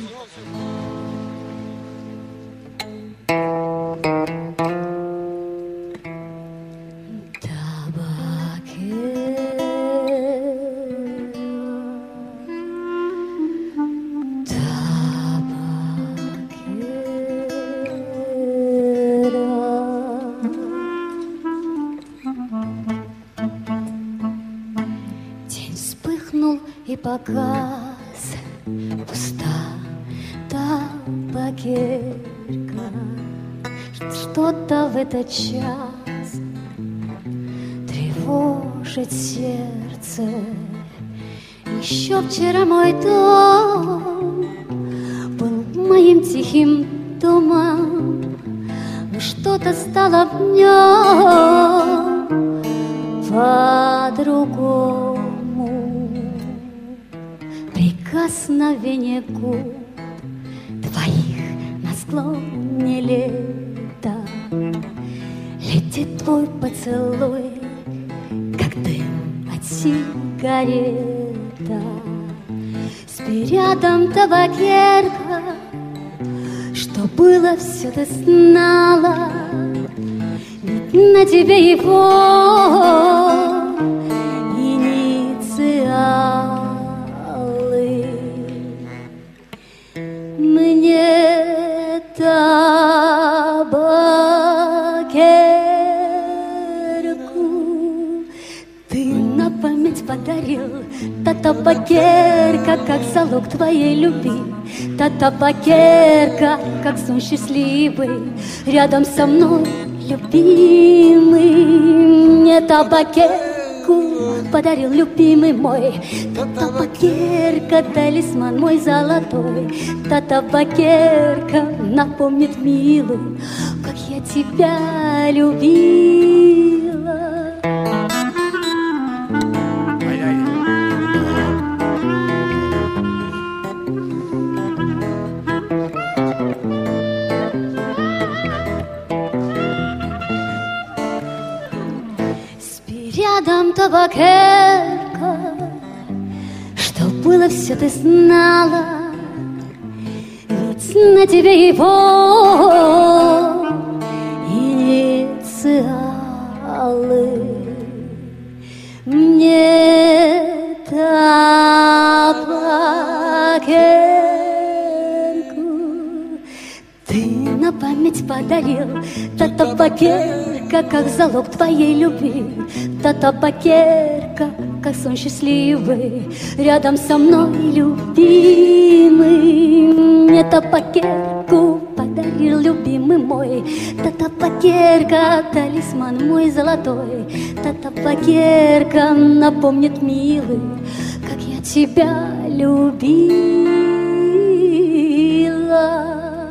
И погас, пуста табакерка. Что-то в этот час тревожит сердце. Еще вчера мой дом был моим тихим домом, но что-то стало в нем по-другому. Прикосновение губ твоих на склоне лета. Летит твой поцелуй, как дым от сигарета. Спи рядом, табакерка, что было, все ты знала. Ведь на тебе его инициал. Мне табакерку ты на память подарил. Та табакерка, как залог твоей любви. Та табакерка, как сон счастливый рядом со мной, любимый. Мне табакерку подарил любимый мой. Та табакерка, талисман мой золотой. Та табакерка напомнит, милый, как я тебя любила. Спи рядом, табакерка, что словно все ты знала, ведь на тебе его инициалы. Мне табакерку ты на память подарил, та табакерка, как залог твоей любви, та табакерка, как сон счастливый, рядом со мной, любимый. Мне табакерку подарил любимый мой, та табакерка, талисман мой золотой, та табакерка напомнит, милый, как я тебя любила.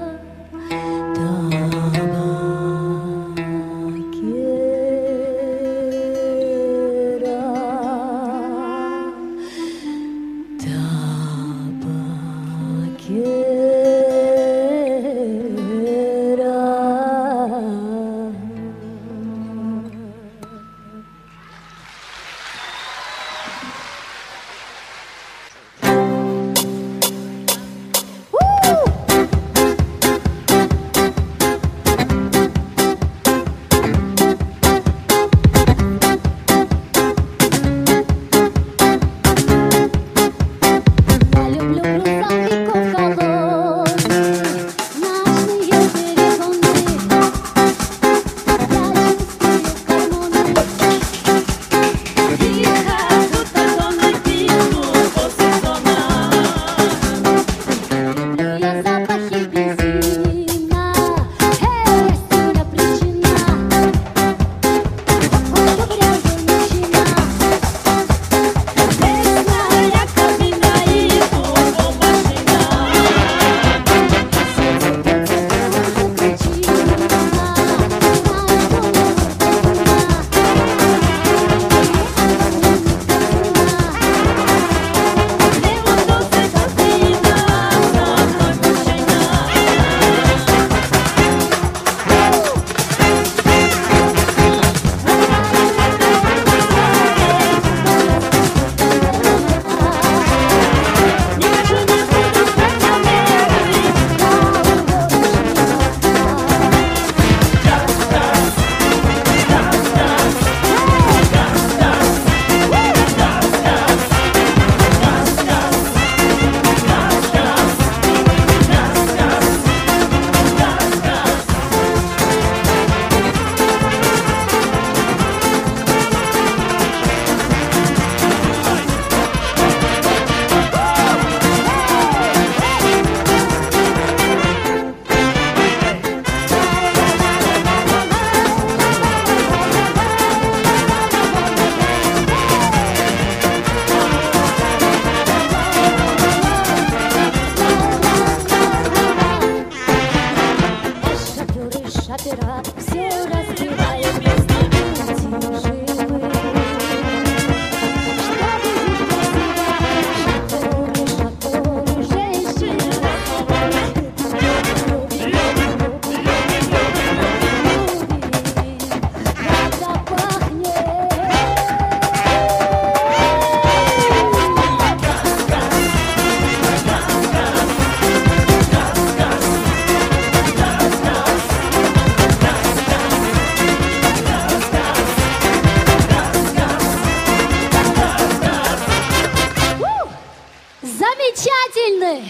Замечательный,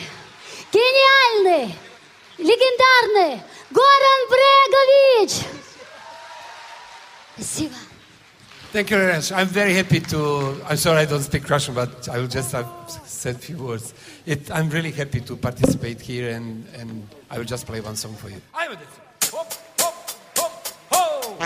гениальный, легендарный Горан Брегович. Спасибо. Thank you very much. I'm very happy to. I'm sorry I don't speak Russian, but I will just have said a few words. I'm really happy to participate here, and I will just play one song for you. I'm a dancer. Hop, hop, hop,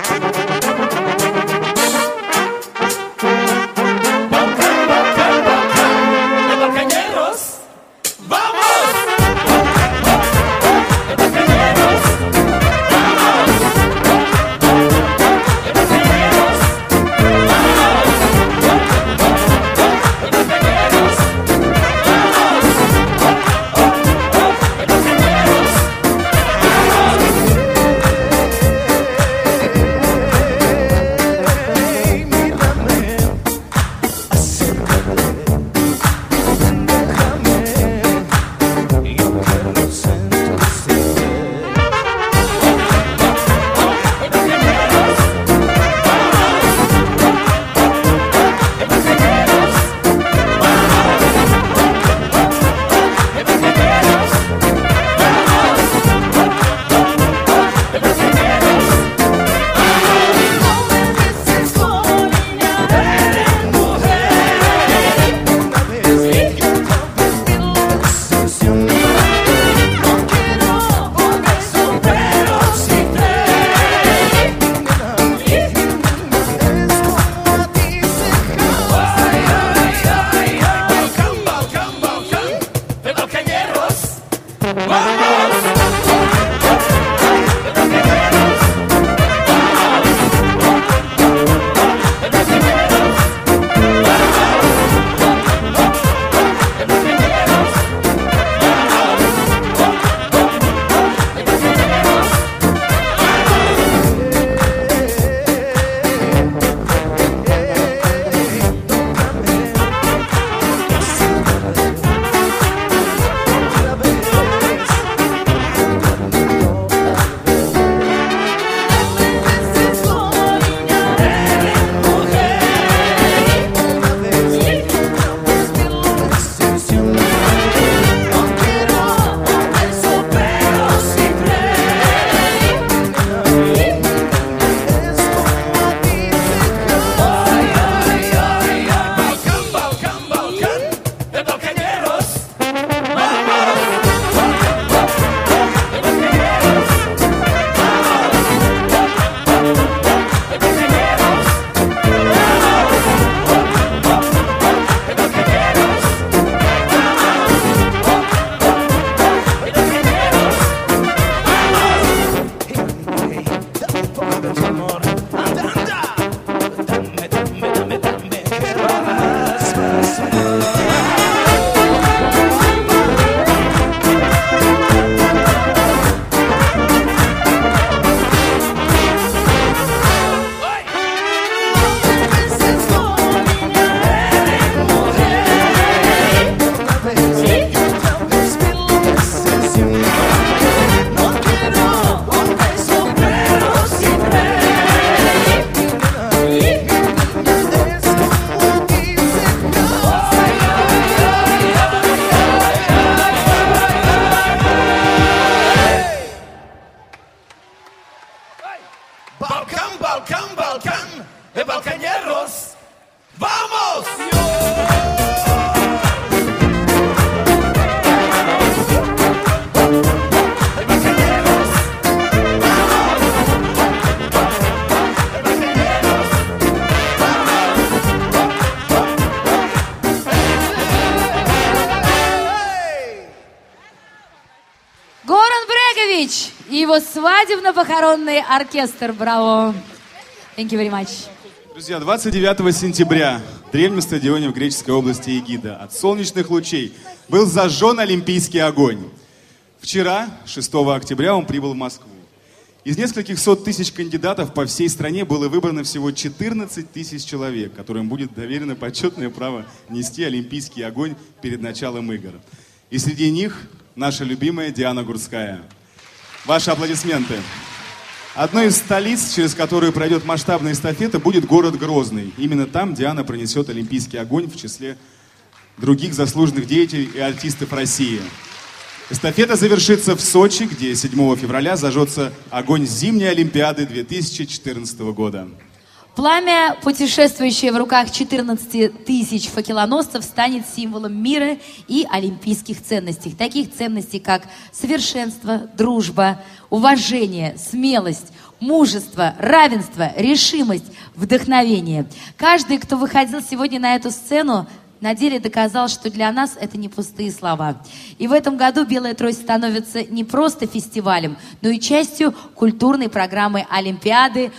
Balcaneros, ¡vamos! Горан Брегович и его свадебно-похоронный оркестр. Браво! Thank you very much. Друзья, 29 сентября в древнем стадионе в греческой области Эгида от солнечных лучей был зажжен Олимпийский огонь. Вчера, 6 октября, он прибыл в Москву. Из нескольких сот тысяч кандидатов по всей стране было выбрано всего 14 тысяч человек, которым будет доверено почетное право нести Олимпийский огонь перед началом игр. И среди них наша любимая Диана Гурцкая. Ваши аплодисменты. Одной из столиц, через которую пройдет масштабная эстафета, будет город Грозный. Именно там Диана пронесет Олимпийский огонь в числе других заслуженных деятелей и артистов России. Эстафета завершится в Сочи, где 7 февраля зажжется огонь зимней Олимпиады 2014 года. Пламя, путешествующее в руках 14 тысяч факелоносцев, станет символом мира и олимпийских ценностей. Таких ценностей, как совершенство, дружба, уважение, смелость, мужество, равенство, решимость, вдохновение. Каждый, кто выходил сегодня на эту сцену, на деле доказал, что для нас это не пустые слова. И в этом году «Белая трость» становится не просто фестивалем, но и частью культурной программы Олимпиады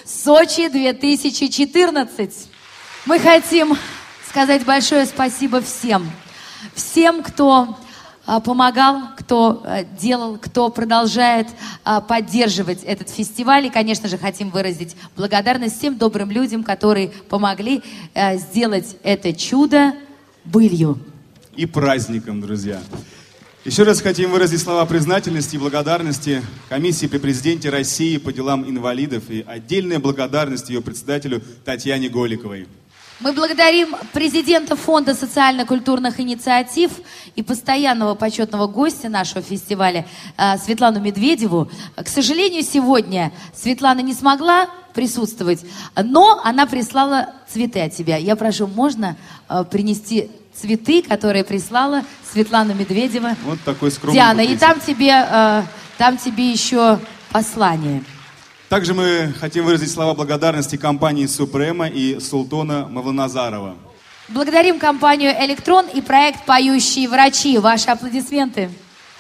Сочи-2014. Мы хотим сказать большое спасибо всем. Всем, кто помогал, кто делал, кто продолжает поддерживать этот фестиваль. И, конечно же, хотим выразить благодарность всем добрым людям, которые помогли сделать это чудо былью. И праздником, друзья. Еще раз хотим выразить слова признательности и благодарности комиссии при президенте России по делам инвалидов и отдельная благодарность ее председателю Татьяне Голиковой. Мы благодарим президента Фонда социально-культурных инициатив и постоянного почетного гостя нашего фестиваля Светлану Медведеву. К сожалению, сегодня Светлана не смогла присутствовать, но она прислала цветы от тебя. Я прошу, можно принести цветы, которые прислала Светлана Медведева. Вот такой скромный Диана, букетик. и там тебе еще послание. Также мы хотим выразить слова благодарности компании «Супрема» и Султона Мавланазарова. Благодарим компанию «Электрон» и проект «Поющие врачи». Ваши аплодисменты.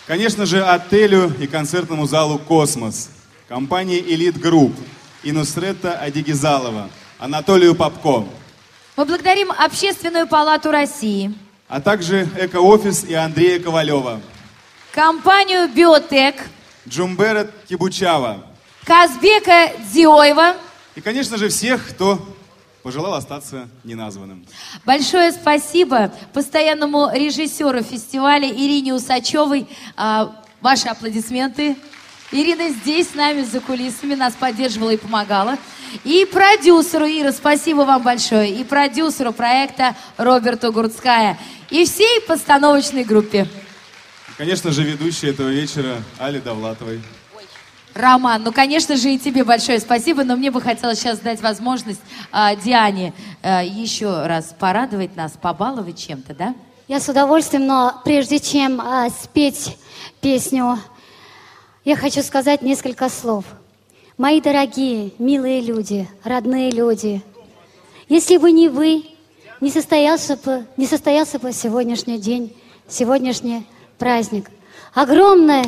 Конечно же, отелю и концертному залу «Космос», компании «Элит Групп» и Нусрета Адигизалова, Анатолию Попко. Мы благодарим Общественную палату России, А также «Эко-офис» и Андрея Ковалева. компанию «Биотек», Джумбера Кибучава. Казбека Дзиоева. И, конечно же, всех, кто пожелал остаться неназванным. Большое спасибо постоянному режиссеру фестиваля Ирине Усачевой. Ваши аплодисменты. Ирина здесь с нами за кулисами, нас поддерживала и помогала. И продюсеру, Ира, спасибо вам большое. И продюсеру проекта Роберту Гурцкая. И всей постановочной группе. И, конечно же, ведущей этого вечера Али Довлатовой. Роман, ну, конечно же, и тебе большое спасибо, но мне бы хотелось сейчас дать возможность Диане еще раз порадовать нас, побаловать чем-то, да? Я с удовольствием, но прежде чем спеть песню, я хочу сказать несколько слов. Мои дорогие, милые люди, родные люди, если бы не вы, не состоялся бы сегодняшний день, сегодняшний праздник. Огромное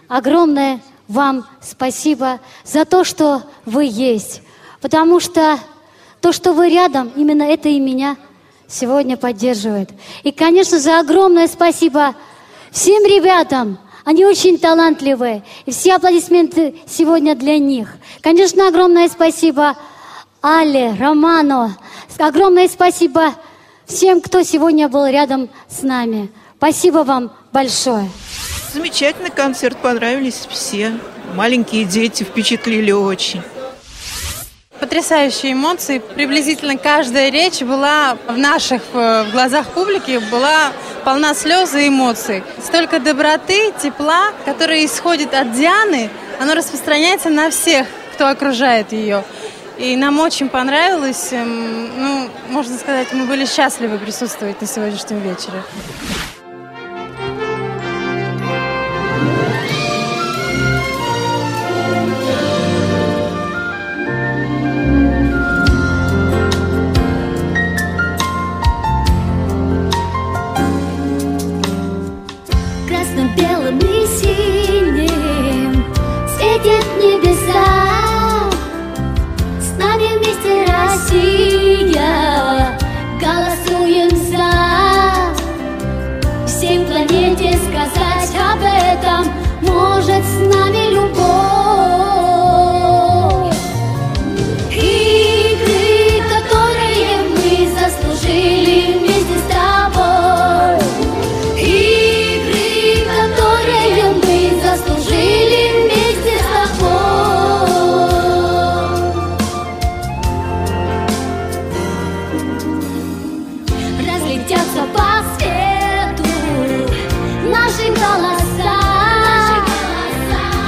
вам спасибо за то, что вы есть. Потому что то, что вы рядом, именно это и меня сегодня поддерживает. И, конечно же, огромное спасибо всем ребятам. Они очень талантливые. И все аплодисменты сегодня для них. Конечно, огромное спасибо Але, Роману. Огромное спасибо всем, кто сегодня был рядом с нами. Спасибо вам большое. Замечательный концерт, понравились все. Маленькие дети впечатлили очень. Потрясающие эмоции. Приблизительно каждая речь была в глазах публики, была полна слез и эмоций. Столько доброты, тепла, которое исходит от Дианы, оно распространяется на всех, кто окружает ее. И нам очень понравилось. Можно сказать, мы были счастливы присутствовать на сегодняшнем вечере. Белым и синим светят небеса. С нами вместе Россия, голосуем за. Всей планете сказать об этом может с нами любовь. Игры, которые мы заслужили вместе с тобой. Заслужили вместе с тобой. Разлетятся по свету наши голоса.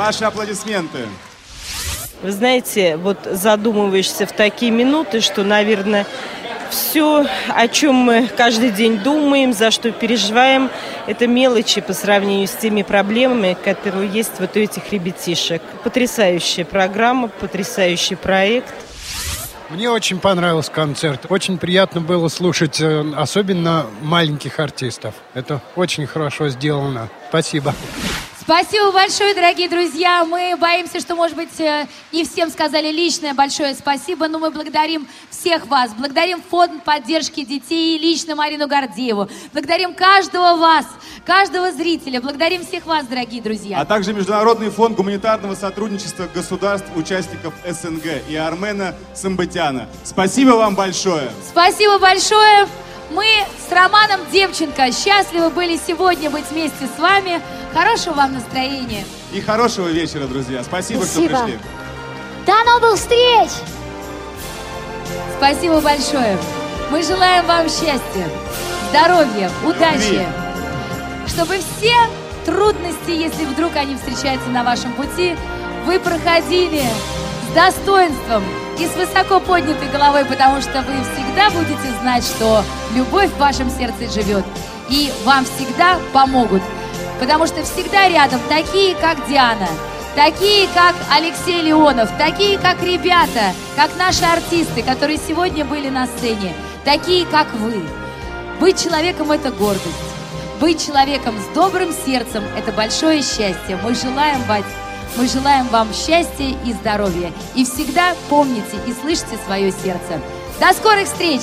Ваши аплодисменты. Вы знаете, вот задумываешься в такие минуты, что, наверное, все, о чем мы каждый день думаем, за что переживаем, это мелочи по сравнению с теми проблемами, которые есть вот у этих ребятишек. Потрясающая программа, потрясающий проект. Мне очень понравился концерт. Очень приятно было слушать, особенно маленьких артистов. Это очень хорошо сделано. Спасибо. Спасибо большое, дорогие друзья. Мы боимся, что, может быть, не всем сказали личное большое спасибо, но мы благодарим всех вас. Благодарим фонд поддержки детей, лично Марину Гордееву. Благодарим каждого вас, каждого зрителя. Благодарим всех вас, дорогие друзья. А также Международный фонд гуманитарного сотрудничества государств, участников СНГ и Армена Самбатяна. Спасибо вам большое. Спасибо большое. Мы с Романом Демченко счастливы были сегодня быть вместе с вами. Хорошего вам настроения. И хорошего вечера, друзья. Спасибо, что пришли. До новых встреч! Спасибо большое. Мы желаем вам счастья, здоровья, удачи. Чтобы все трудности, если вдруг они встречаются на вашем пути, вы проходили с достоинством и с высоко поднятой головой, потому что вы всегда будете знать, что любовь в вашем сердце живет. И вам всегда помогут. Потому что всегда рядом такие, как Диана, такие, как Алексей Леонов, такие, как ребята, как наши артисты, которые сегодня были на сцене, такие, как вы. Быть человеком – это гордость. Быть человеком с добрым сердцем – это большое счастье. Мы желаем вам счастья и здоровья. И всегда помните и слышите свое сердце. До скорых встреч!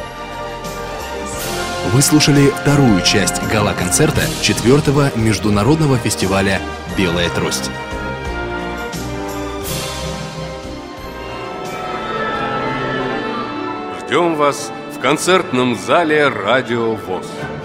Вы слушали вторую часть гала-концерта 4-го международного фестиваля «Белая трость». Ждем вас в концертном зале «Радио ВОС».